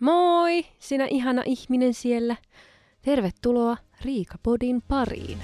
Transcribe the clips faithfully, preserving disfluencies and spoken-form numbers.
Moi, sinä ihana ihminen siellä. Tervetuloa Riikapodin pariin.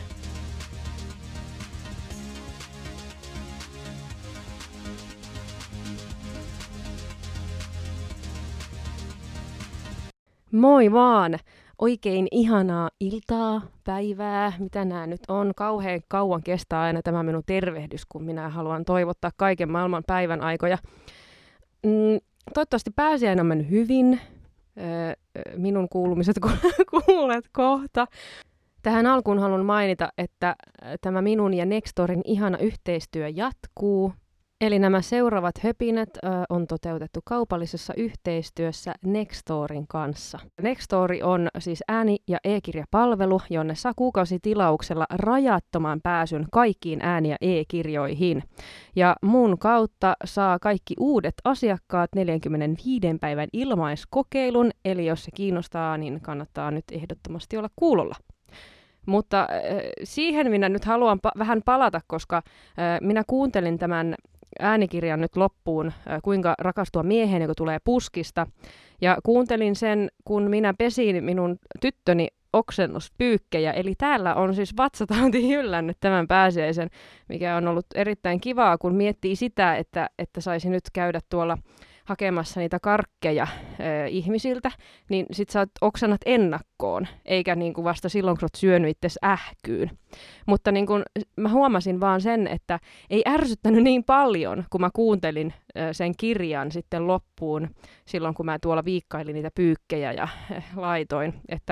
Moi vaan! Oikein ihanaa iltaa, päivää, mitä nää nyt on. Kauhean kauan kestää aina tämä minun tervehdys, kun minä haluan toivottaa kaiken maailman päivän aikoja. Mm, toivottavasti pääsiäinen on mennyt hyvin. Minun kuulumiset kuulet kohta. Tähän alkuun haluan mainita, että tämä minun ja Nextorin ihana yhteistyö jatkuu. Eli nämä seuraavat höpinät ö, on toteutettu kaupallisessa yhteistyössä Nextorin kanssa. Nextori on siis ääni- ja e-kirjapalvelu, jonne saa kuukausitilauksella rajattoman pääsyn kaikkiin ääni- ja e-kirjoihin. Ja mun kautta saa kaikki uudet asiakkaat neljänkymmenenviiden päivän ilmaiskokeilun, eli jos se kiinnostaa, niin kannattaa nyt ehdottomasti olla kuulolla. Mutta äh, siihen minä nyt haluan pa- vähän palata, koska äh, minä kuuntelin tämän äänikirjan nyt loppuun, äh, kuinka rakastua mieheen, joka tulee puskista. Ja kuuntelin sen, kun minä pesin minun tyttöni oksennuspyykkejä. Eli täällä on siis vatsatauti jyllännyt tämän pääsiäisen, mikä on ollut erittäin kivaa, kun miettii sitä, että, että saisi nyt käydä tuolla hakemassa niitä karkkeja äh, ihmisiltä, niin sit sä oksennat ennakkoon, eikä niinku vasta silloin, kun sä oot syönyt itses ähkyyn. Mutta niinku, mä huomasin vaan sen, että ei ärsyttänyt niin paljon, kun mä kuuntelin äh, sen kirjan sitten loppuun, silloin kun mä tuolla viikkailin niitä pyykkejä ja äh, laitoin, että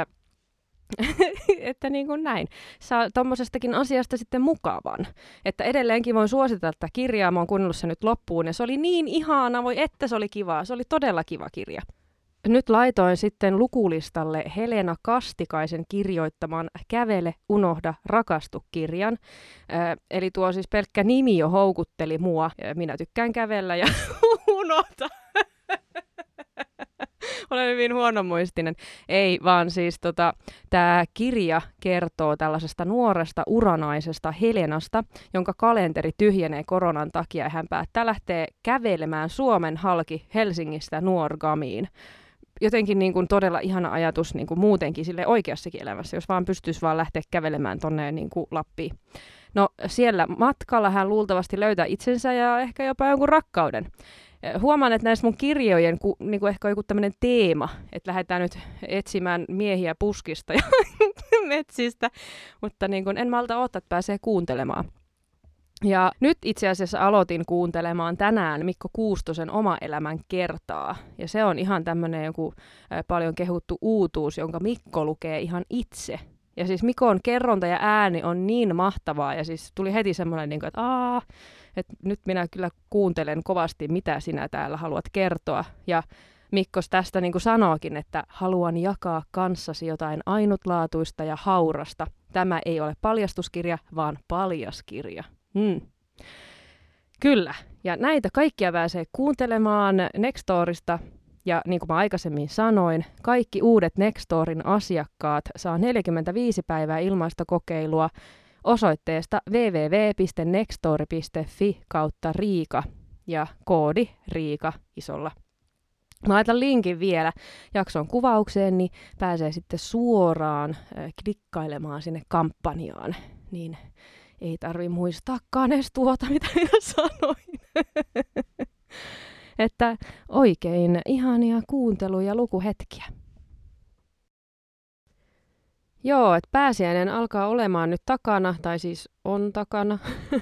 että niin kuin näin. Saa tommosestakin asiasta sitten mukavan. Että edelleenkin voin suositella tätä kirjaa, mä oon kuunnellut sen nyt loppuun, ja se oli niin ihana, voi että se oli kivaa, se oli todella kiva kirja. Nyt laitoin sitten lukulistalle Helena Kastikaisen kirjoittaman Kävele, unohda, rakastu -kirjan. Äh, eli tuo siis pelkkä nimi jo houkutteli mua. Minä tykkään kävellä ja unohtaa. Olen hyvin huonomuistinen. Ei, vaan siis tota, tämä kirja kertoo tällaisesta nuoresta uranaisesta Helenasta, jonka kalenteri tyhjenee koronan takia ja hän päättää lähteä kävelemään Suomen halki Helsingistä Nuorgamiin. Jotenkin niin kuin todella ihana ajatus niin kuin muutenkin sille oikeassakin elämässä, jos vaan pystyisi vaan lähteä kävelemään tonne niin kuin Lappiin. No siellä matkalla hän luultavasti löytää itsensä ja ehkä jopa jonkun rakkauden. Huomaan, että näissä mun kirjojen ku, niin kuin ehkä on joku tämmöinen teema, että lähdetään nyt etsimään miehiä puskista ja metsistä, mutta niin kuin en malta odottaa, että pääsee kuuntelemaan. Ja nyt itse asiassa aloitin kuuntelemaan tänään Mikko Kuustosen Oma elämän kertaa. Ja se on ihan tämmöinen joku äh, paljon kehuttu uutuus, jonka Mikko lukee ihan itse. Ja siis Mikon kerronta ja ääni on niin mahtavaa, ja siis tuli heti semmoinen, niin kuin, että aah, että nyt minä kyllä kuuntelen kovasti, mitä sinä täällä haluat kertoa. Ja Mikkos tästä niin kuin sanookin, että haluan jakaa kanssasi jotain ainutlaatuista ja haurasta. Tämä ei ole paljastuskirja, vaan paljaskirja. Hmm. Kyllä, ja näitä kaikkia pääsee kuuntelemaan Nextorista. Ja niin kuin mä aikaisemmin sanoin, kaikki uudet Nextorin asiakkaat saa neljäkymmentäviisi päivää ilmaista kokeilua osoitteesta double-u double-u double-u piste nextory piste fi kautta Riika ja koodi Riika isolla. Mä laitan linkin vielä jakson kuvaukseen, niin pääsee sitten suoraan äh, klikkailemaan sinne kampanjaan. Niin ei tarvi muistaakaan edes tuota, mitä minä sanoin. Että oikein ihania kuuntelu- ja lukuhetkiä. Joo, että pääsiäinen alkaa olemaan nyt takana, tai siis on takana.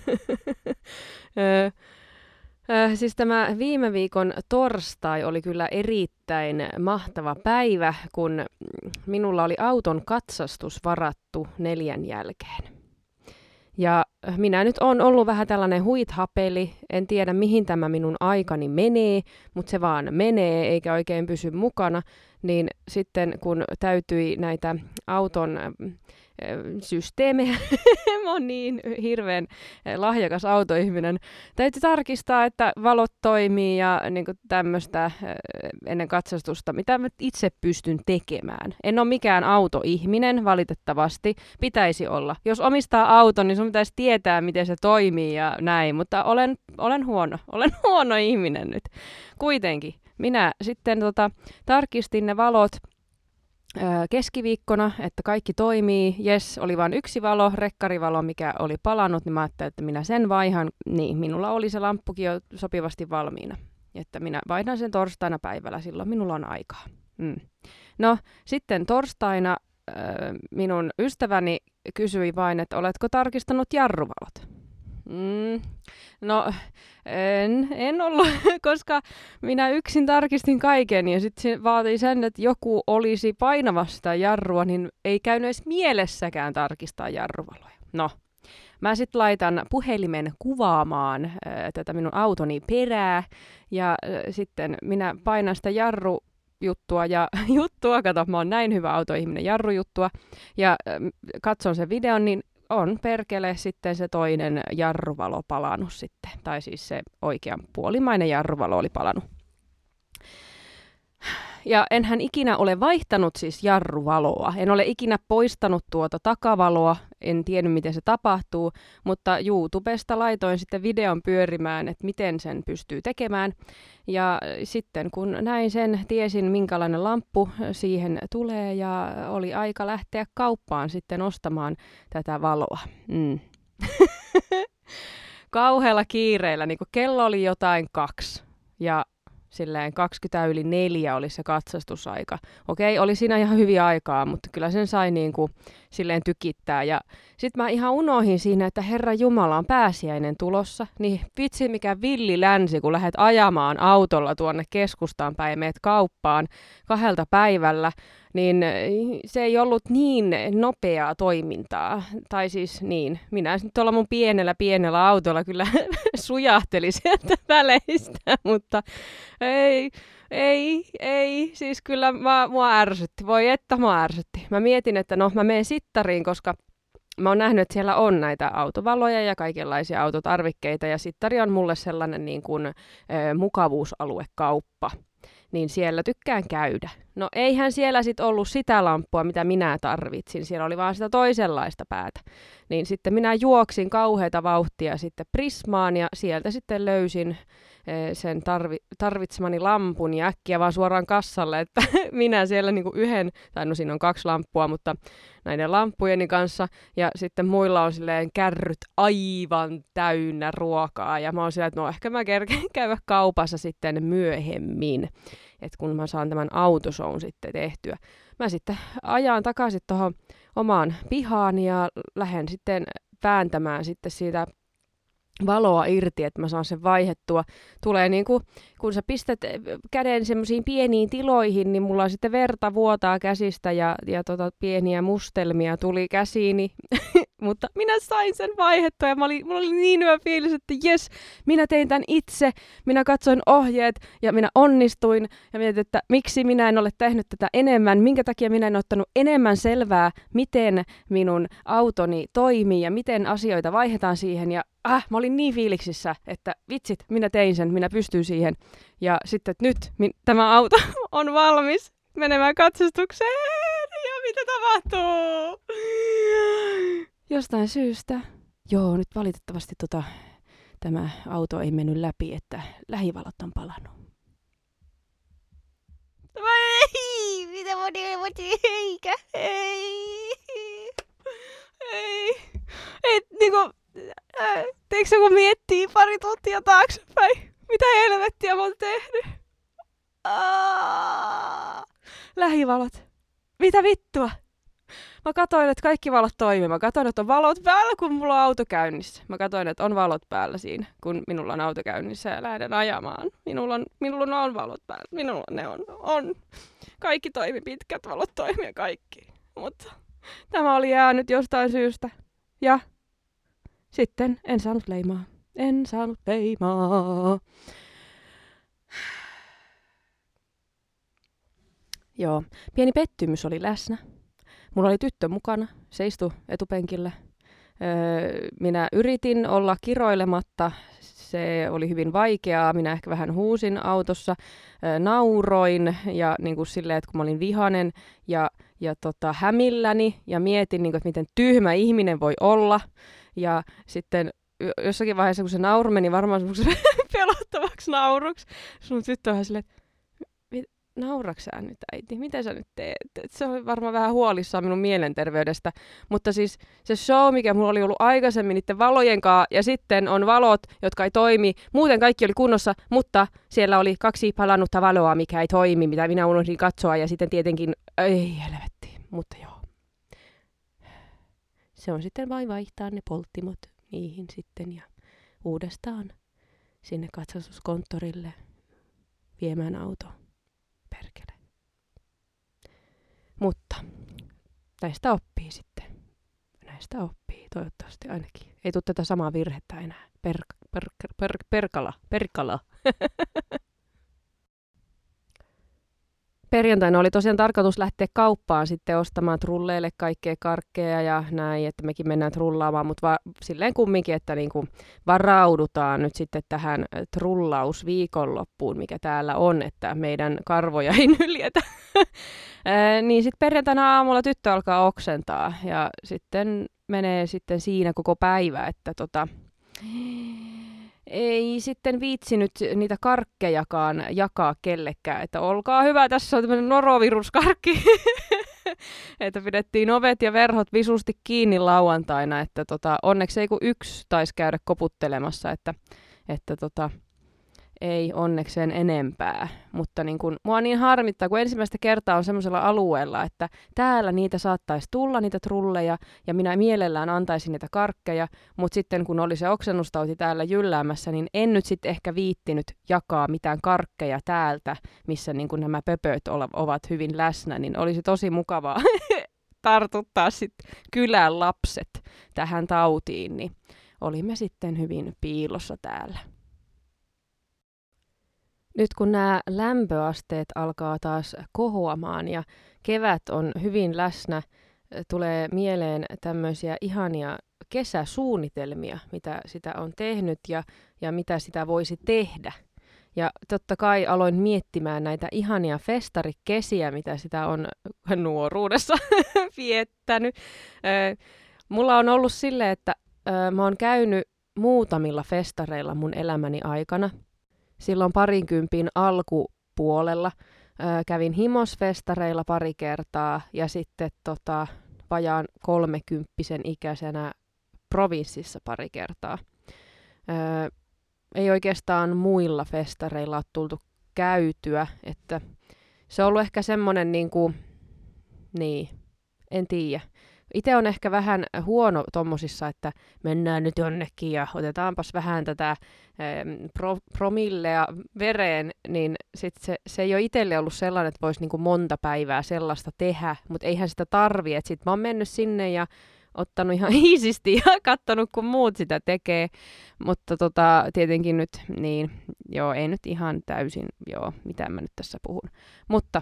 ö, ö, siis tämä viime viikon torstai oli kyllä erittäin mahtava päivä, kun minulla oli auton katsastus varattu neljän jälkeen. Ja minä nyt on ollut vähän tällainen huithapeli, en tiedä mihin tämä minun aikani menee, mutta se vaan menee eikä oikein pysy mukana, niin sitten kun täytyi näitä auton systeemejä, mä oon niin hirveän lahjakas autoihminen, täytyy tarkistaa, että valot toimii ja niin kuin tämmöistä ennen katsastusta, mitä mä itse pystyn tekemään. En ole mikään autoihminen, valitettavasti, pitäisi olla. Jos omistaa auton, niin sun pitäisi tietää, miten se toimii ja näin, mutta olen, olen huono, olen huono ihminen nyt. Kuitenkin minä sitten tota, tarkistin ne valot ö, keskiviikkona, että kaikki toimii. Jes, oli vain yksi valo, rekkarivalo, mikä oli palannut, niin mä ajattelin, että minä sen vaihan. Niin, minulla oli se lamppukin jo sopivasti valmiina. Että minä vaihdan sen torstaina päivällä, silloin minulla on aikaa. Mm. No, sitten torstaina äh, minun ystäväni kysyi vain, että oletko tarkistanut jarruvalot? Mm. No, en, en ollut, koska minä yksin tarkistin kaiken ja sitten se vaatii sen, että joku olisi painamassa sitä jarrua, niin ei käynyt edes mielessäkään tarkistaa jarruvaloja. No. Mä sitten laitan puhelimen kuvaamaan äh, tätä minun autoni perää ja äh, sitten minä painan sitä jarrujuttua ja juttua, kato mä oon näin hyvä autoihminen, jarrujuttua ja äh, katson sen videon, niin on perkele sitten se toinen jarruvalo palannut sitten, tai siis se oikean puolimainen jarruvalo oli palannut. Ja enhän ikinä ole vaihtanut siis jarruvaloa. En ole ikinä poistanut tuota takavaloa, en tiennyt miten se tapahtuu, mutta YouTubesta laitoin sitten videon pyörimään, että miten sen pystyy tekemään. Ja sitten kun näin sen, tiesin minkälainen lamppu siihen tulee ja oli aika lähteä kauppaan sitten ostamaan tätä valoa. Mm. Kauhealla kiireellä, niin kun kello oli jotain kaksi ja silleen kaksikymmentä yli neljä oli se katsastusaika. Okei, oli siinä ihan hyviä aikaa, mutta kyllä sen sai niin kuin silleen tykittää. Ja sit mä ihan unohin siinä, että Herra Jumala on pääsiäinen tulossa. Niin vitsi mikä villi länsi, kun lähdet ajamaan autolla tuonne keskustaan päin ja meet kauppaan kahdelta päivällä. Niin se ei ollut niin nopeaa toimintaa. Tai siis niin, minä nyt tuolla mun pienellä pienellä autolla kyllä sujahtelin sieltä väleistä, mutta ei, ei, ei. Siis kyllä mä, mua ärsytti. Voi että mua ärsytti. Mä mietin, että no mä menen sittariin, koska mä oon nähnyt, että siellä on näitä autovaloja ja kaikenlaisia autotarvikkeita. Ja sittari on mulle sellainen niin kuin, ö, mukavuusaluekauppa. Niin siellä tykkään käydä. No eihän siellä sitten ollut sitä lamppua, mitä minä tarvitsin. Siellä oli vaan sitä toisenlaista päätä. Niin sitten minä juoksin kauheata vauhtia sitten Prismaan ja sieltä sitten löysin e, sen tarvi, tarvitsemani lampun ja äkkiä vaan suoraan kassalle, että minä siellä niinku yhden, tai no siinä on kaksi lamppua, mutta näiden lamppujeni kanssa ja sitten muilla on silleen kärryt aivan täynnä ruokaa ja mä oon silleen, että no ehkä mä kerkeen käydä kaupassa sitten myöhemmin, että kun mä saan tämän autoshown sitten tehtyä. Mä sitten ajan takaisin tuohon omaan pihaan ja lähden sitten vääntämään sitten siitä valoa irti, että mä saan sen vaihettua. Tulee niinku, kun sä pistät käden semmoisiin pieniin tiloihin, niin mulla sitten verta vuotaa käsistä ja, ja tota, pieniä mustelmia tuli käsiini. Mutta minä sain sen vaihettua ja mä olin, mulla oli niin hyvä fiilis, että jes, minä tein tämän itse. Minä katsoin ohjeet ja minä onnistuin ja mietin, että miksi minä en ole tehnyt tätä enemmän, minkä takia minä en ottanut enemmän selvää, miten minun autoni toimii ja miten asioita vaihdetaan siihen. Ja ah, mä olin niin fiiliksissä, että vitsit, minä tein sen, minä pystyn siihen. Ja sitten, että nyt min, tämä auto on valmis menemään katsastukseen. Ja mitä tapahtuu? Jostain syystä. Joo, nyt valitettavasti tota, tämä auto ei mennyt läpi, että lähivalot on palannut. Ei, mitä moni, moni, eikä, ei, ei, ei, niinku, äh, teikö se kun miettii pari tuntia taaksepäin, mitä helvettiä mä oon tehnyt? Aa, lähivalot, mitä vittua? Mä katsoin, että kaikki valot toimii. Mä katsoin, että on valot päällä, kun mulla on auto käynnissä. Mä katsoin, että on valot päällä siinä, kun minulla on auto käynnissä ja lähden ajamaan. Minulla on, minulla on valot päällä. Minulla ne on. on. Kaikki toimi, pitkät valot toimii ja kaikki. Mutta tämä oli jäänyt jostain syystä. Ja sitten en saanut leimaa. En saanut leimaa. Joo, pieni pettymys oli läsnä. Mulla oli tyttö mukana, se istui etupenkillä. Öö, minä yritin olla kiroilematta, se oli hyvin vaikeaa. Minä ehkä vähän huusin autossa, öö, nauroin ja niin kuin silleen, että kun mä olin vihanen ja, ja tota, hämilläni ja mietin, niin kuin, että miten tyhmä ihminen voi olla. Ja sitten jossakin vaiheessa, kun se nauru meni varmaan semmoisen pelottavaksi nauruksi, sun tyttö on silleen, että nauraksää nyt äiti, mitä sä nyt teet? Et se oli varmaan vähän huolissaan minun mielenterveydestä, mutta siis se show, mikä mulla oli ollut aikaisemmin niiden valojen kanssa, ja sitten on valot, jotka ei toimi, muuten kaikki oli kunnossa, mutta siellä oli kaksi palannutta valoa, mikä ei toimi, mitä minä unohdin katsoa, ja sitten tietenkin, ei helvetti, mutta joo. Se on sitten vain vaihtaa ne polttimot niihin sitten ja uudestaan sinne katsastuskonttorille viemään auto. Perkele. Mutta näistä oppii sitten. Näistä oppii toivottavasti ainakin. Ei tule tätä samaa virhettä enää. Per, per, per, perkala. Perkala. Perjantaina oli tosiaan tarkoitus lähteä kauppaan sitten ostamaan trulleille kaikkea karkkeja ja näin, että mekin mennään trullaamaan, mutta va- silleen kumminkin, että niinku varaudutaan nyt sitten tähän trullausviikonloppuun, mikä täällä on, että meidän karvoja ei nyljetä. Niin sitten perjantaina aamulla tyttö alkaa oksentaa ja sitten menee sitten siinä koko päivä, että tota... ei sitten viitsinyt niitä karkkejakaan jakaa kellekään, että olkaa hyvä, tässä on tämmöinen noroviruskarkki, että pidettiin ovet ja verhot visusti kiinni lauantaina, että tota, onneksi ei kun yksi taisi käydä koputtelemassa, että, että tota, ei onnekseen enempää, mutta niin kun, mua niin harmittaa, kun ensimmäistä kertaa on semmoisella alueella, että täällä niitä saattaisi tulla, niitä trulleja, ja minä mielellään antaisin niitä karkkeja, mutta sitten kun oli se oksennustauti täällä jylläämässä, niin en nyt sitten ehkä viittinyt jakaa mitään karkkeja täältä, missä niin kun nämä pöpöt ovat hyvin läsnä, niin olisi tosi mukavaa tartuttaa sitten kylän lapset tähän tautiin, niin olimme sitten hyvin piilossa täällä. Nyt kun nämä lämpöasteet alkaa taas kohoamaan ja kevät on hyvin läsnä, tulee mieleen tämmöisiä ihania kesäsuunnitelmia, mitä sitä on tehnyt ja, ja mitä sitä voisi tehdä. Ja totta kai aloin miettimään näitä ihania festarikesiä, mitä sitä on nuoruudessa viettänyt. Mulla on ollut silleen, että mä oon käynyt muutamilla festareilla mun elämäni aikana. Silloin parinkympin alkupuolella ää, kävin himosfestareilla pari kertaa ja sitten tota, vajaan kolmekymppisen ikäisenä provinssissa pari kertaa. Ää, ei oikeastaan muilla festareilla ole tultu käytyä, että se on ollut ehkä semmoinen niinku, niin, en tiedä. Itse on ehkä vähän huono tommosissa, että mennään nyt jonnekin ja otetaanpas vähän tätä eh, pro, promillea vereen, niin sit se, se ei ole itselle ollut sellainen, että voisi niinku monta päivää sellaista tehdä, mutta eihän sitä tarvi. Sitten mä oon mennyt sinne ja ottanut ihan iisisti ja katsonut, kun muut sitä tekee, mutta tota, tietenkin nyt, niin joo, ei nyt ihan täysin, joo, mitä mä nyt tässä puhun. Mutta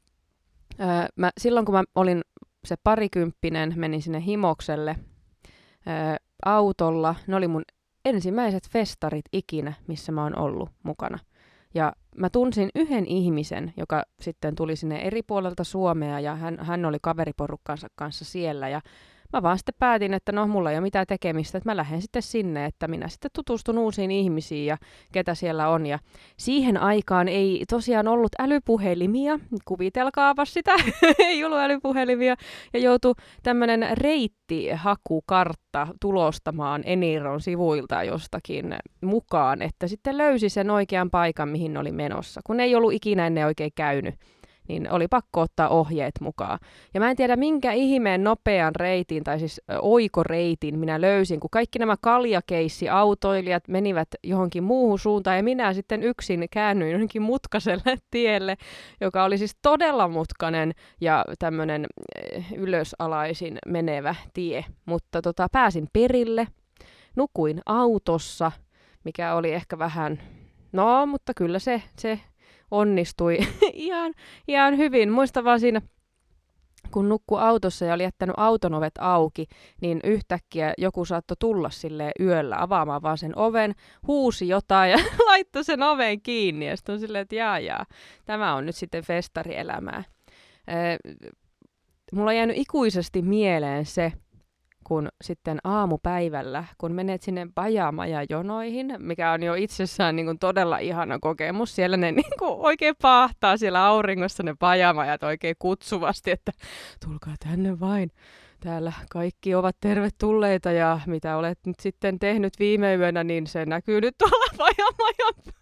ää, mä, silloin kun mä olin se parikymppinen, menin sinne Himokselle ää, autolla. Ne oli mun ensimmäiset festarit ikinä, missä mä oon ollut mukana. Ja mä tunsin yhden ihmisen, joka sitten tuli sinne eri puolelta Suomea ja hän, hän oli kaveriporukkansa kanssa siellä. Ja mä vaan sitten päätin, että no mulla ei ole mitään tekemistä, että mä lähden sitten sinne, että minä sitten tutustun uusiin ihmisiin ja ketä siellä on. Ja siihen aikaan ei tosiaan ollut älypuhelimia, kuvitelkaapa sitä, ei ollut älypuhelimia. Ja joutui tämmöinen reittihakukartta tulostamaan Eniron sivuilta jostakin mukaan, että sitten löysi sen oikean paikan, mihin oli menossa, kun ei ollut ikinä ennen oikein käynyt. Niin oli pakko ottaa ohjeet mukaan. Ja mä en tiedä, minkä ihmeen nopean reitin, tai siis oikoreitin minä löysin, kun kaikki nämä kaljakeissi-autoilijat menivät johonkin muuhun suuntaan, ja minä sitten yksin käännyin johonkin mutkaiselle tielle, joka oli siis todella mutkainen ja tämmöinen ylösalaisin menevä tie. Mutta tota, pääsin perille, nukuin autossa, mikä oli ehkä vähän, no, mutta kyllä se... se onnistui ihan, ihan hyvin. Muistan vaan siinä, kun nukkui autossa ja oli jättänyt auton ovet auki, niin yhtäkkiä joku saattoi tulla silleen yöllä avaamaan vaan sen oven, huusi jotain ja laittoi sen oven kiinni. Ja sitten on silleen, että jaa, jaa, tämä on nyt sitten festarielämää. Ee, mulla on jäänyt ikuisesti mieleen se, kun sitten aamupäivällä, kun menet sinne pajamaja-jonoihin, mikä on jo itsessään niin kuin todella ihana kokemus. Siellä ne niin kuin oikein paahtaa siellä auringossa ne pajamajat oikein kutsuvasti, että tulkaa tänne vain. Täällä kaikki ovat tervetulleita ja mitä olet nyt sitten tehnyt viime yönä, niin se näkyy nyt tuolla pajamajan.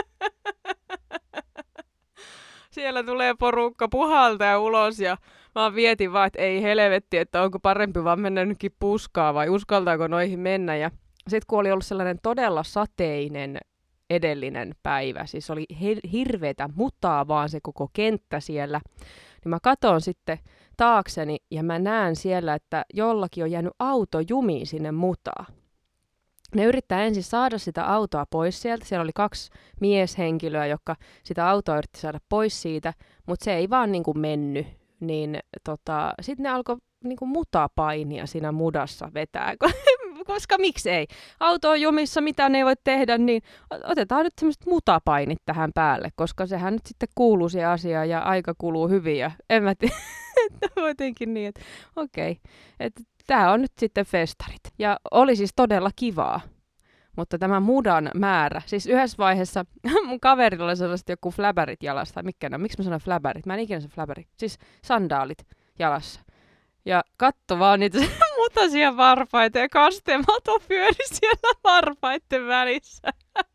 Siellä tulee porukka puhaltaa ulos ja mä vietin vaan, että ei helvetti, että onko parempi vaan mennä nytkin puskaa vai uskaltaako noihin mennä. Ja sitten kun oli ollut sellainen todella sateinen edellinen päivä, siis oli hir- hirveätä mutaa vaan se koko kenttä siellä, niin mä katon sitten taakseni ja mä näen siellä, että jollakin on jäänyt auto jumiin sinne mutaan. Ne yrittää ensin saada sitä autoa pois sieltä. Siellä oli kaksi mieshenkilöä, jotka sitä autoa yritti saada pois siitä, mutta se ei vaan niinku mennyt. Niin tota, sitten ne alkoi niinku mutapainia siinä mudassa vetää, koska miksi ei? Auto on jumissa, mitä ne ei voi tehdä, niin otetaan nyt semmoiset mutapainit tähän päälle, koska sehän nyt sitten kuuluu siihen asiaan ja aika kuluu hyvin. Ja en mä tiedä, jotenkin niin, että okei, että tämä on nyt sitten festarit. Ja oli siis todella kivaa. Mutta tämä mudan määrä, siis yhdessä vaiheessa mun kaverilla oli sellaiset joku fläbärit jalassa, tai mikä ne on, miksi mä sanon fläbärit? Mä en ikinä sano fläbärit, siis sandaalit jalassa. Ja katso vaan niitä mutaisia varpaita ja kastemato pyöri siellä varpaiden välissä.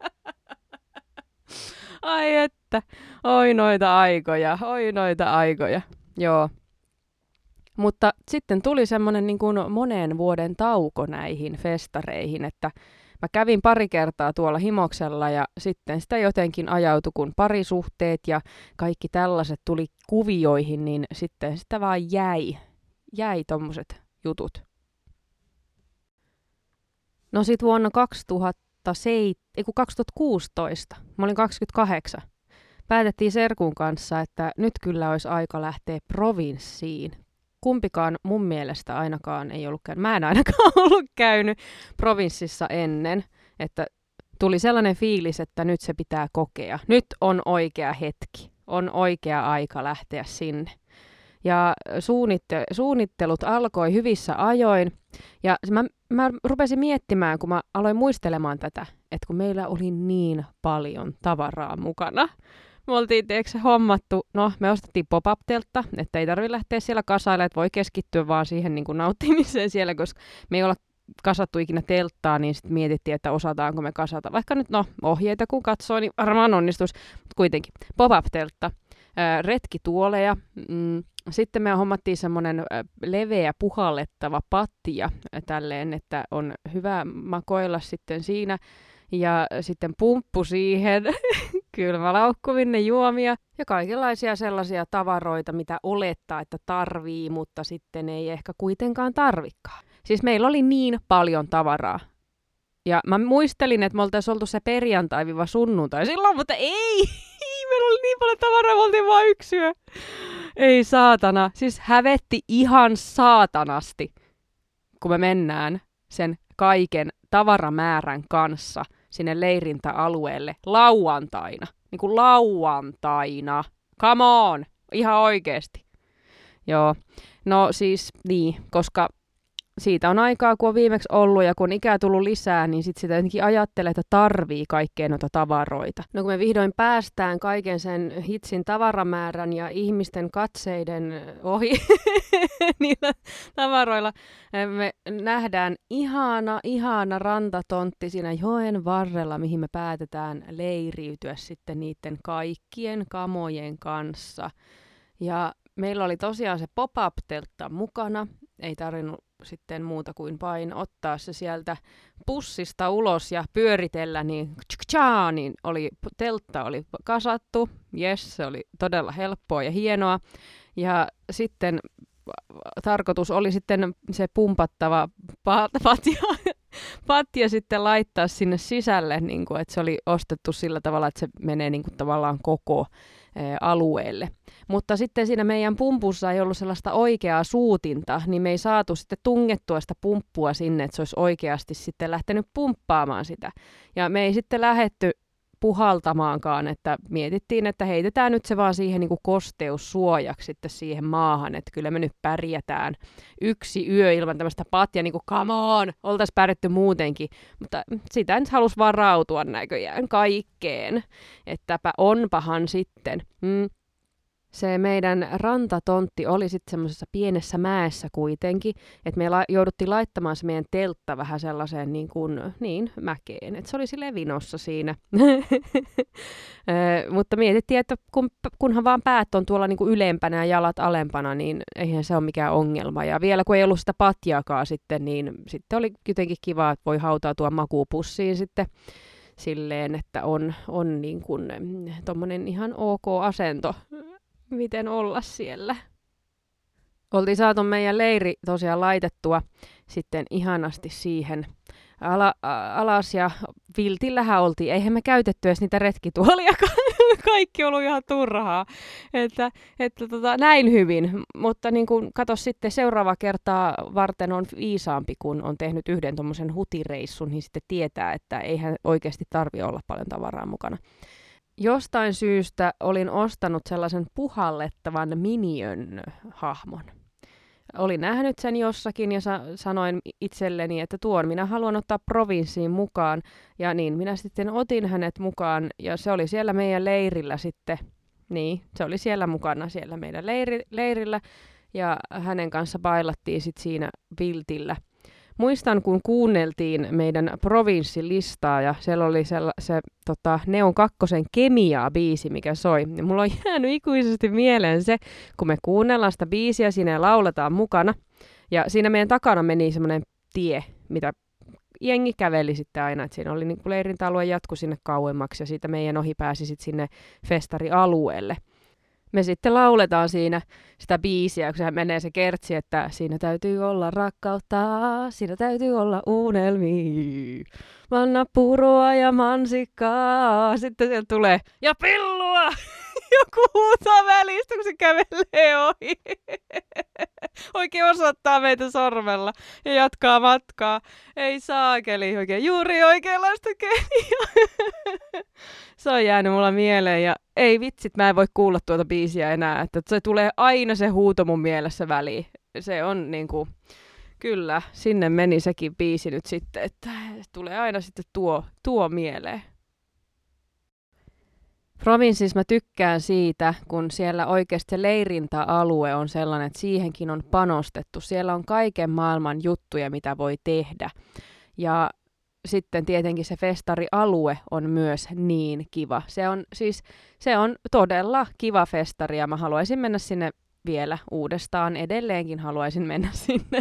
Ai että, oi noita aikoja, oi noita aikoja, joo. Mutta sitten tuli semmoinen niin kuin monen vuoden tauko näihin festareihin, että mä kävin pari kertaa tuolla Himoksella ja sitten sitä jotenkin ajautui, kun parisuhteet ja kaikki tällaiset tuli kuvioihin, niin sitten sitä vaan jäi, jäi tommoset jutut. No sit vuonna kaksituhattaseitsemän, ei kun kaksituhattakuusitoista, mä olin kaksikymmentäkahdeksan, päätettiin serkun kanssa, että nyt kyllä olisi aika lähteä provinssiin. Kumpikaan mun mielestä ainakaan ei ollut käynyt. Mä en ainakaan ollut käynyt provinssissa ennen, että tuli sellainen fiilis, että nyt se pitää kokea. Nyt on oikea hetki, on oikea aika lähteä sinne. Ja suunnitte- suunnittelut alkoi hyvissä ajoin. Ja mä, mä rupesin miettimään, kun mä aloin muistelemaan tätä, että kun meillä oli niin paljon tavaraa mukana. Me oltiin teeksi hommattu, no me ostettiin pop-up-teltta, että ei tarvitse lähteä siellä kasailemaan, että voi keskittyä vaan siihen niin kuin nauttimiseen siellä, koska me ei olla kasattu ikinä telttaa, niin sitten mietittiin, että osataanko me kasata. Vaikka nyt no ohjeita kun katsoo, niin varmaan onnistuisi, mutta kuitenkin pop-up-teltta, ää, retkituoleja, mm, sitten me hommattiin semmoinen leveä puhallettava patja tälleen, että on hyvä makoilla sitten siinä. Ja sitten pumppu siihen, kylmälaukkuvinne juomia ja kaikenlaisia sellaisia tavaroita, mitä olettaa, että tarvii, mutta sitten ei ehkä kuitenkaan tarvikaan. Siis meillä oli niin paljon tavaraa. Ja mä muistelin, että me oltaisiin oltu se perjantai-sunnuntai silloin, mutta ei! Meillä oli niin paljon tavaraa, me oltiin vaan yksi yö. Ei saatana. Siis hävetti ihan saatanasti, kun me mennään sen kaiken tavaramäärän kanssa sinne leirintäalueelle lauantaina. Niin kuin lauantaina. Come on! Ihan oikeesti. Joo. No siis niin, koska siitä on aikaa, kun on viimeksi ollut ja kun ikää tullut lisää, niin sitten sitä jotenkin ajattelee, että tarvii kaikkea noita tavaroita. No kun me vihdoin päästään kaiken sen hitsin tavaramäärän ja ihmisten katseiden ohi niillä tavaroilla, me nähdään ihana, ihana rantatontti siinä joen varrella, mihin me päätetään leiriytyä sitten niiden kaikkien kamojen kanssa. Ja meillä oli tosiaan se pop-up-teltta mukana, ei tarvinnut sitten muuta kuin vain ottaa se sieltä pussista ulos ja pyöritellä, niin tsk-tsaa, niin oli, teltta oli kasattu. Jes, se oli todella helppoa ja hienoa. Ja sitten tarkoitus oli sitten se pumpattava patja, patja sitten laittaa sinne sisälle, niin kuin, että se oli ostettu sillä tavalla, että se menee niin kuin tavallaan koko alueelle. Mutta sitten siinä meidän pumpussa ei ollut sellaista oikeaa suutinta, niin me ei saatu sitten tungettua sitä pumppua sinne, että se olisi oikeasti sitten lähtenyt pumppaamaan sitä. Ja me ei sitten lähdetty puhaltamaankaan, että mietittiin, että heitetään nyt se vaan siihen niin kuin kosteussuojaksi sitten siihen maahan, että kyllä me nyt pärjätään yksi yö ilman tämmöistä patjaa, niin kuin come on, oltaisiin pärjätty muutenkin, mutta sitä nyt halusi varautua näköjään kaikkeen, ettäpä onpahan sitten. Mm. Se meidän rantatontti oli sitten semmoisessa pienessä mäessä kuitenkin, että me la- jouduttiin laittamaan se meidän teltta vähän sellaiseen niin, kuin, niin mäkeen, että se oli silleen vinossa siinä. Mutta mietittiin, että kun, kunhan vaan päät on tuolla niin kuin ylempänä ja jalat alempana, niin eihän se ole mikään ongelma. Ja vielä kun ei ollut sitä patjaakaan sitten, niin sitten oli jotenkin kiva, että voi hautautua makuupussiin sitten silleen, että on, on niin kuin tommonen ihan ok asento. Miten olla siellä. Oltiin saatu meidän leiri tosiaan laitettua sitten ihanasti siihen ala, a, alas ja viltillähän oltiin. Eihän me käytetty edes niitä retkituoliakaan. Kaikki ollut ihan turhaa. Että, että tota, näin hyvin. Mutta niin kun, kato sitten seuraava kertaa varten on viisaampi, kun on tehnyt yhden tommosen hutireissun, niin sitten tietää, että eihän oikeasti tarvitse olla paljon tavaraa mukana. Jostain syystä olin ostanut sellaisen puhallettavan Minion-hahmon. Olin nähnyt sen jossakin ja sa- sanoin itselleni, että tuon minä haluan ottaa provinssiin mukaan. Ja niin minä sitten otin hänet mukaan ja se oli siellä meidän leirillä sitten. Niin, se oli siellä mukana siellä meidän leiri- leirillä ja hänen kanssa bailattiin sitten siinä viltillä. Muistan, kun kuunneltiin meidän provinssilistaa ja siellä oli se, se tota, Neon kakkosen Kemiaa-biisi, mikä soi. Ja mulla on jäänyt ikuisesti mieleen se, kun me kuunnellaan sitä biisiä, siinä ja lauletaan mukana. Ja siinä meidän takana meni semmoinen tie, mitä jengi käveli sitten aina. Et siinä oli niin kuin leirintäalue jatku sinne kauemmaksi ja siitä meidän ohi pääsi sitten sinne festarialueelle. Me sitten lauletaan siinä sitä biisiä, kun sehän menee se kertsi, että siinä täytyy olla rakkautta, siinä täytyy olla unelmia, manna purua ja mansikkaa. Sitten sieltä tulee, ja pillua! Joku huutaa välistä, kun se kävelee ohi. Oikein osoittaa meitä sormella ja jatkaa matkaa. Ei saakeli, oikein juuri oikeanlaista kemiaa. Se on jäänyt mulla mieleen ja ei vitsit, mä en voi kuulla tuota biisiä enää. Että se tulee aina se huuto mun mielessä väliin. Se on niinku, kyllä, sinne meni sekin biisi nyt sitten, että tulee aina sitten tuo, tuo mieleen. Provinssissa mä tykkään siitä, kun siellä oikeasti se leirintäalue on sellainen, että siihenkin on panostettu. Siellä on kaiken maailman juttuja, mitä voi tehdä. Ja sitten tietenkin se festarialue on myös niin kiva. Se on siis se on todella kiva festari ja mä haluaisin mennä sinne vielä uudestaan. Edelleenkin haluaisin mennä sinne.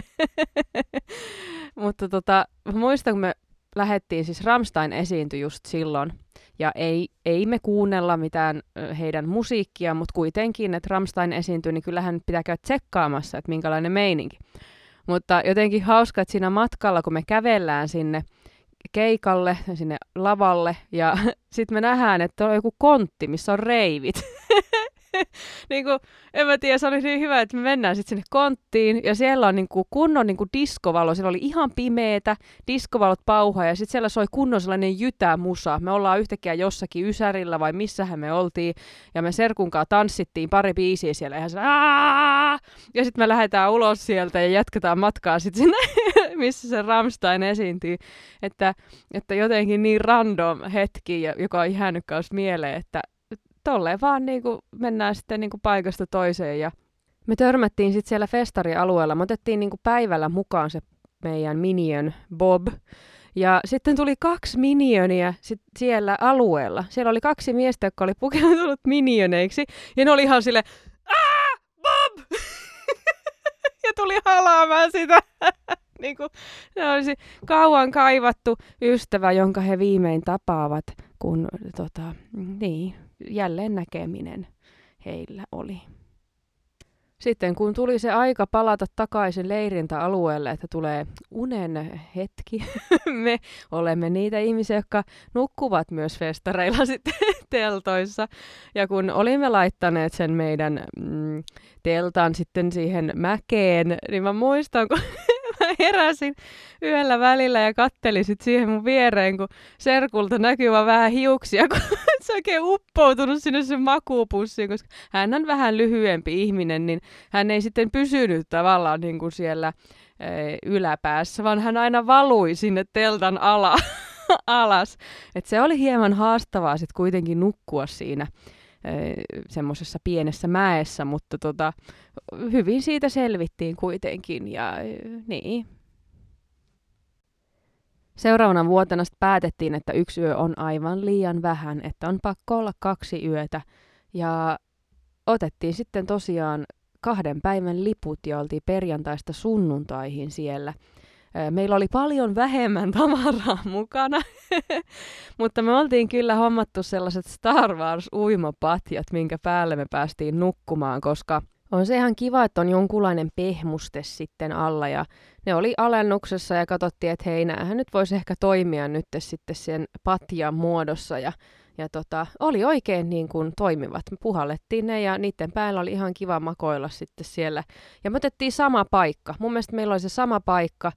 Mutta tota, muistan, kun me lähdettiin, siis Rammstein esiintyi just silloin. Ja ei, ei me kuunnella mitään heidän musiikkia, mutta kuitenkin, että Rammstein esiintyi, niin kyllähän nyt pitää käydä tsekkaamassa, että minkälainen meininki. Mutta jotenkin hauska, että siinä matkalla, kun me kävellään sinne keikalle, sinne lavalle, ja sitten me nähdään, että on joku kontti, missä on reivit. niin kuin, en mä tiedä, se oli niin hyvä, että me mennään sitten sinne konttiin, ja siellä on niin kuin kunnon niin kuin diskovalo, siellä oli ihan pimeetä, diskovalot pauhaa, ja sitten siellä soi kunnon sellainen jytämusa. Me ollaan yhtäkkiä jossakin Ysärillä, vai missähän me oltiin, ja me Serkunkaan tanssittiin pari biisiä siellä, ihan sellainen, ja sitten me lähdetään ulos sieltä, ja jatketaan matkaa sitten sinne, missä se Rammstein esiintyy. Että, että jotenkin niin random hetki, joka on jäänyt kanssa mieleen, että tolleen vaan niinku mennään sitten niinku paikasta toiseen ja me törmättiin sitten siellä festarialueella. Me otettiin niinku päivällä mukaan se meidän Minion Bob. Ja sitten tuli kaksi minionia sit siellä alueella. Siellä oli kaksi miestä, jotka oli pukeutunut minioneiksi. Ja ne oli ihan silleen, aah, Bob! ja tuli halaamaan sitä. niin kuin ne olisi kauan kaivattu ystävä, jonka he viimein tapaavat, kun tota, niin, jälleen näkeminen heillä oli. Sitten kun tuli se aika palata takaisin leirintäalueelle, että tulee unen hetki, me olemme niitä ihmisiä, jotka nukkuvat myös festareilla sitten teltoissa. Ja kun olimme laittaneet sen meidän mm, teltan sitten siihen mäkeen, niin mä muistan, kun mä heräsin yöllä välillä ja kattelin sit siihen mun viereen, kun serkulta näkyy vaan vähän hiuksia, kun se oikein uppoutunut sinne sen makuupussiin, koska hän on vähän lyhyempi ihminen, niin hän ei sitten pysynyt tavallaan niin kuin siellä e, yläpäässä, vaan hän aina valui sinne teltan ala, alas. Et se oli hieman haastavaa sitten kuitenkin nukkua siinä semmoisessa pienessä mäessä, mutta tota, hyvin siitä selvittiin kuitenkin ja niin. Seuraavana vuotena päätettiin, että yksi yö on aivan liian vähän, että on pakko olla kaksi yötä ja otettiin sitten tosiaan kahden päivän liput ja oltiin perjantaista sunnuntaihin siellä. Meillä oli paljon vähemmän tavaraa mukana, mutta me oltiin kyllä hommattu sellaiset Star Wars-uimapatjat, minkä päälle me päästiin nukkumaan, koska on se ihan kiva, että on jonkunlainen pehmuste sitten alla ja ne oli alennuksessa ja katsottiin, että hei, näähän nyt voisi ehkä toimia nyt sitten sen patjan muodossa ja Ja tota, oli oikein niin kuin toimivat. Me puhallettiin ne ja niiden päällä oli ihan kiva makoilla sitten siellä. Ja me otettiin sama paikka. Mun mielestä meillä oli se sama paikka.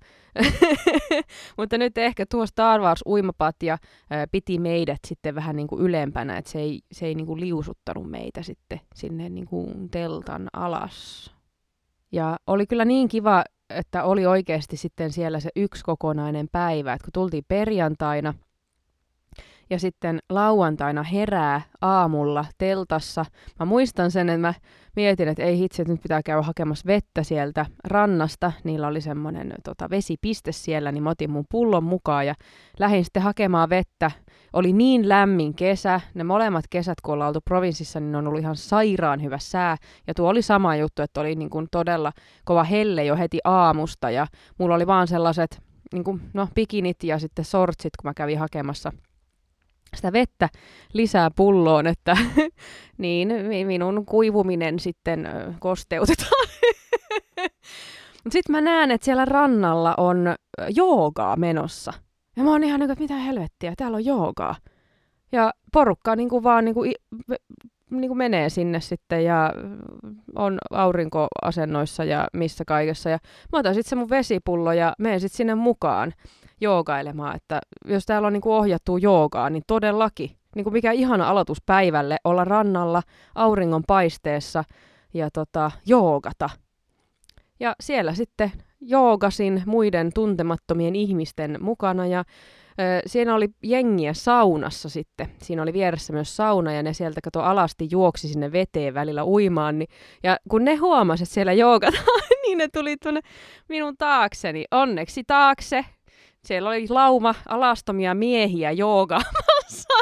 Mutta nyt ehkä tuo Star Wars uimapatja ää, piti meidät sitten vähän niin kuin ylempänä. Että se ei, se ei niin kuin liusuttanut meitä sitten sinne niin kuin teltan alas. Ja oli kyllä niin kiva, että oli oikeasti sitten siellä se yksi kokonainen päivä. Että kun tultiin perjantaina, ja sitten lauantaina herää aamulla teltassa. Mä muistan sen, että mä mietin, että ei hitse, että nyt pitää käydä hakemassa vettä sieltä rannasta. Niillä oli semmoinen tota, vesipiste siellä, niin mä otin mun pullon mukaan ja lähdin sitten hakemaan vettä. Oli niin lämmin kesä. Ne molemmat kesät, kun ollaan oltu provinssissa, niin on ollut ihan sairaan hyvä sää. Ja tuo oli sama juttu, että oli niin kuin todella kova helle jo heti aamusta. Ja mulla oli vaan sellaiset niin kuin, no, bikinit ja sitten sortsit, kun mä kävin hakemassa sitä vettä lisää pulloon, että niin minun kuivuminen sitten kosteutetaan. Sitten mä näen, että siellä rannalla on joogaa menossa. Ja mä oon ihan niin kuin, että mitä helvettiä, täällä on joogaa. Ja porukka niin kuin vaan niin kuin, niin kuin menee sinne sitten ja on aurinkoasennoissa ja missä kaikessa. Ja mä otan sitten se mun vesipullo ja menen sitten sinne mukaan joogailemaan, että jos täällä on niin kuin ohjattua joogaa, niin todellakin, niin kuin mikä ihana aloitus päivälle, olla rannalla auringon paisteessa ja tota, joogata. Ja siellä sitten joogasin muiden tuntemattomien ihmisten mukana ja ö, siinä oli jengiä saunassa sitten. Siinä oli vieressä myös sauna ja ne sieltä kato alasti juoksi sinne veteen välillä uimaan. Niin, ja kun ne huomasivat, että siellä joogataan, niin ne tuli tuonne minun taakseni. Onneksi taakse. Siellä oli lauma alastomia miehiä joogaamassa.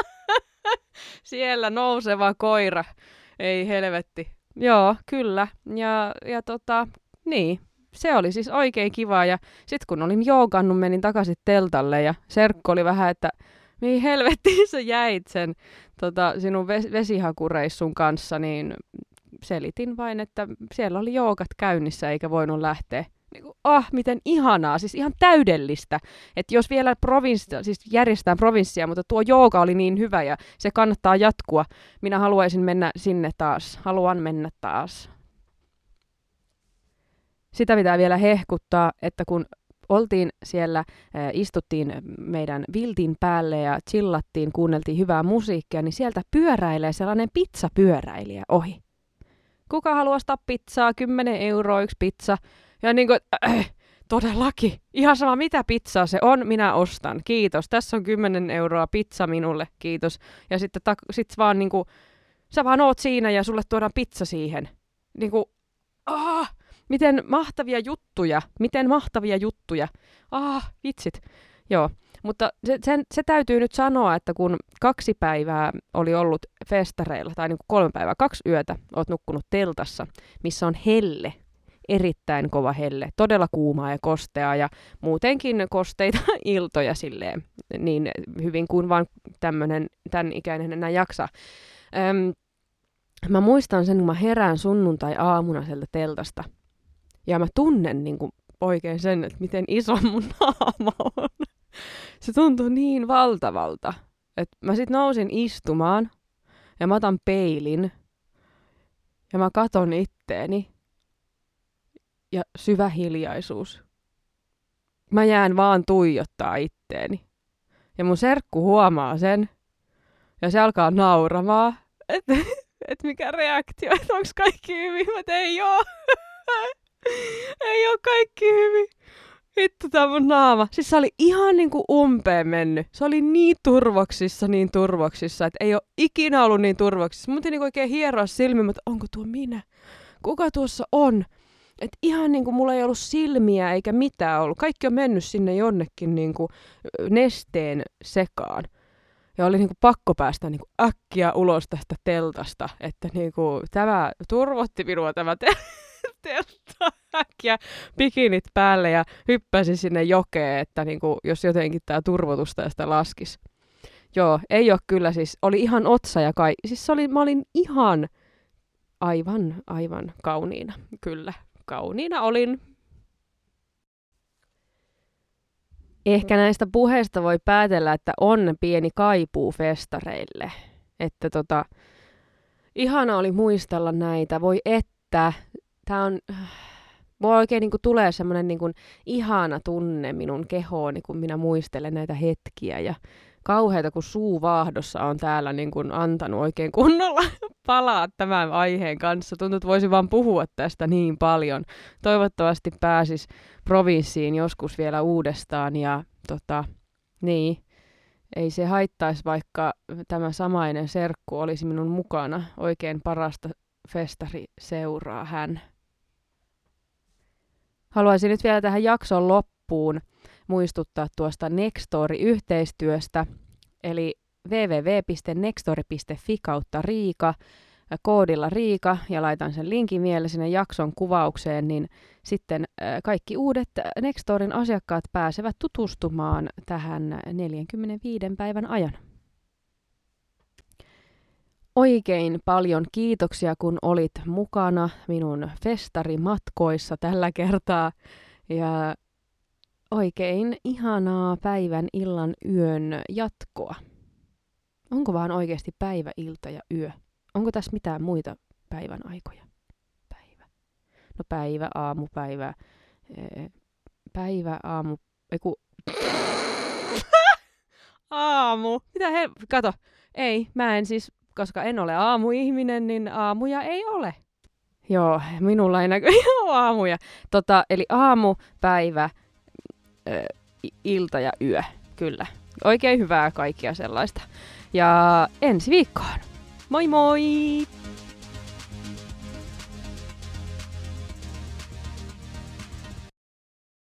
Siellä nouseva koira. Ei helvetti. Joo, kyllä. Ja, ja tota, niin. Se oli siis oikein kiva. Ja sit kun olin joogannut, menin takaisin teltalle ja serkku oli vähän, että mihin helvettiin sä jäit sen tota, sinun ves- vesihakureissun kanssa, niin selitin vain, että siellä oli joogat käynnissä eikä voinut lähteä. Niin kuin, ah, miten ihanaa, siis ihan täydellistä, että jos vielä provinssia, siis järjestetään provinssia, mutta tuo jooga oli niin hyvä ja se kannattaa jatkua. Minä haluaisin mennä sinne taas, haluan mennä taas. Sitä pitää vielä hehkuttaa, että kun oltiin siellä, äh, istuttiin meidän viltin päälle ja chillattiin, kuunneltiin hyvää musiikkia, niin sieltä pyöräilee sellainen pizzapyöräilijä ohi. Kuka haluaa ostaa pizzaa? kymmenen euroa yksi pizza. Ja niin kuin, äh, todellakin, ihan sama mitä pizzaa se on, minä ostan. Kiitos, tässä on kymmenen euroa pizza minulle, kiitos. Ja sitten ta- sit vaan niin kuin, sä vaan oot siinä ja sulle tuodaan pizza siihen. Niin kuin, ah, miten mahtavia juttuja, miten mahtavia juttuja. Ah, vitsit. Joo, mutta se, sen, se täytyy nyt sanoa, että kun kaksi päivää oli ollut festareilla, tai niin kuin kolme päivää, kaksi yötä, oot nukkunut teltassa, missä on helle, erittäin kova helle, todella kuumaa ja kosteaa ja muutenkin kosteita iltoja silleen, niin hyvin kuin vaan tämmönen, tämän ikäinen enää jaksaa. Öm, mä muistan sen, kun mä herään sunnuntai-aamuna sieltä teltasta ja mä tunnen niin kuin oikein sen, että miten iso mun naama on. Se tuntuu niin valtavalta, että mä sit nousin istumaan ja mä otan peilin ja mä katon itteeni. Ja syvä hiljaisuus. mä jään vaan tuijottaa itteeni. Ja mun serkku huomaa sen. Ja se alkaa nauramaan. Että et mikä reaktio, että onks kaikki hyvin. Mä tein, ei oo. Ei oo kaikki hyvin. Vittu tää mun naama. Siis se oli ihan niinku umpeen mennyt. Se oli niin turvoksissa, niin turvoksissa, että ei oo ikinä ollut niin turvoksissa. Mun piti niinku oikein hieroa silmiä, että onko tuo minä? Kuka tuossa on? Et ihan niinku mulla ei ollut silmiä eikä mitään ollut. Kaikki on mennyt sinne jonnekin niinku nesteen sekaan. Ja oli niinku pakko päästä niinku äkkiä ulos tästä teltasta, että niinku tämä turvotti minua tämä te- teltta äkkiä bikinit päälle ja hyppäsin sinne jokeen, että niinku, jos jotenkin tämä turvotus tästä laskisi. Joo, ei ole kyllä siis, oli ihan otsa ja kai, siis se oli, mä olin ihan aivan, aivan kauniina, kyllä, kauniina olin. Ehkä näistä puheista voi päätellä, että on pieni kaipuu festareille. Että tota, ihana oli muistella näitä. Voi että, tää on, voi oikein niinku tulee semmonen niinku ihana tunne minun kehooni, kun minä muistelen näitä hetkiä. Ja kauheita, kun suuvaahdossa on täällä niinku antanut oikein kunnolla palaa tämän aiheen kanssa. Tuntuu, että voisin vaan puhua tästä niin paljon. Toivottavasti pääsis provinssiin joskus vielä uudestaan ja tota, niin, ei se haittaisi, vaikka tämä samainen serkku olisi minun mukana. Oikein parasta festariseuraa hän. Haluaisin nyt vielä tähän jakson loppuun muistuttaa tuosta Nextory-yhteistyöstä, eli double-u double-u double-u piste nextory piste fi kautta Riika, koodilla Riika, ja laitan sen linkin vielä sinne jakson kuvaukseen, niin sitten kaikki uudet Nextorin asiakkaat pääsevät tutustumaan tähän neljänkymmenenviiden päivän ajan. Oikein paljon kiitoksia, kun olit mukana minun festarimatkoissa tällä kertaa, ja oikein ihanaa päivän, illan, yön jatkoa. Onko vaan oikeasti päivä, ilta ja yö? Onko tässä mitään muita päivän aikoja? Päivä. No päivä, aamupäivä, päivä, aamu, eiku... aamu. Mitä he... Kato. Ei, mä en siis, koska en ole aamuihminen, niin aamuja ei ole. Joo, minulla ei näköjään ole aamuja. Tota, eli aamu, päivä, ilta ja yö. Kyllä. Oikein hyvää kaikkia sellaista. Ja ensi viikkoon. Moi moi!